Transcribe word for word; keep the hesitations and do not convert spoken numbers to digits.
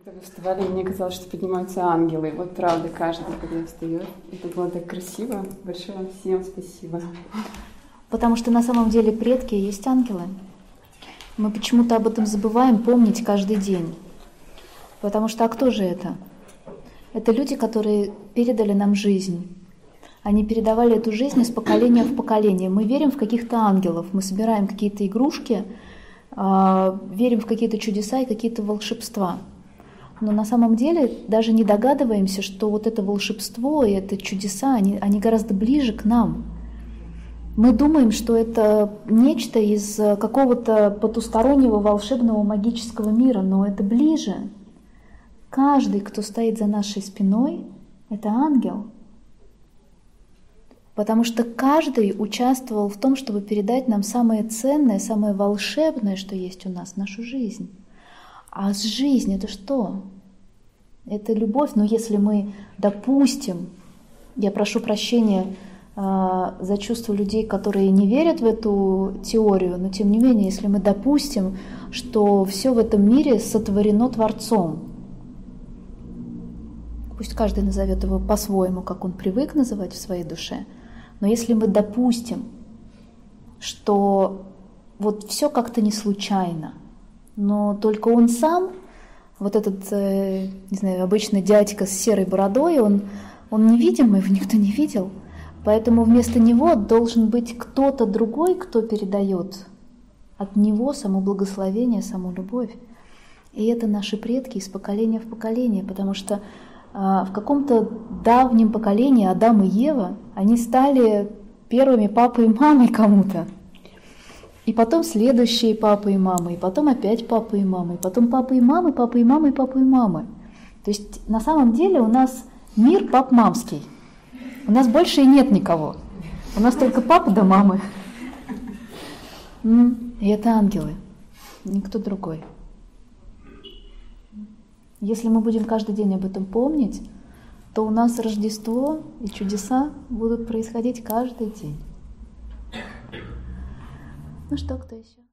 Когда вы вставали, мне казалось, что поднимаются ангелы. Вот правда, каждый, когда встает. Это было так красиво. Большое вам всем спасибо. Потому что на самом деле предки есть ангелы. Мы почему-то об этом забываем помнить каждый день. Потому что, а кто же это? Это люди, которые передали нам жизнь. Они передавали эту жизнь из поколения в поколение. Мы верим в каких-то ангелов, мы собираем какие-то игрушки, верим в какие-то чудеса и какие-то волшебства. Но на самом деле даже не догадываемся, что вот это волшебство и это чудеса, они, они гораздо ближе к нам. Мы думаем, что это нечто из какого-то потустороннего волшебного магического мира, но это ближе. Каждый, кто стоит за нашей спиной, это ангел. Потому что каждый участвовал в том, чтобы передать нам самое ценное, самое волшебное, что есть у нас, нашу жизнь. А жизнь — это что? Это любовь. Но если мы допустим, я прошу прощения э, за чувства людей, которые не верят в эту теорию, но тем не менее, если мы допустим, что все в этом мире сотворено Творцом, пусть каждый назовет его по-своему, как он привык называть в своей душе, но если мы допустим, что вот все как-то не случайно, но только он сам, вот этот, э, не знаю, обычный дядька с серой бородой, он, он невидимый, его никто не видел, поэтому вместо него должен быть кто-то другой, кто передает от него само благословение, саму любовь. И это наши предки из поколения в поколение, потому что в каком-то давнем поколении Адам и Ева, они стали первыми папой и мамой кому-то. И потом следующие папы и мамы, и потом опять папы и мамы, и потом папы и мамы, папы и мамы, и папы и мамы. То есть на самом деле у нас мир пап-мамский. У нас больше и нет никого. У нас только папа да мамы. И это ангелы, никто другой. Если мы будем каждый день об этом помнить, то у нас Рождество и чудеса будут происходить каждый день. Ну что, кто еще?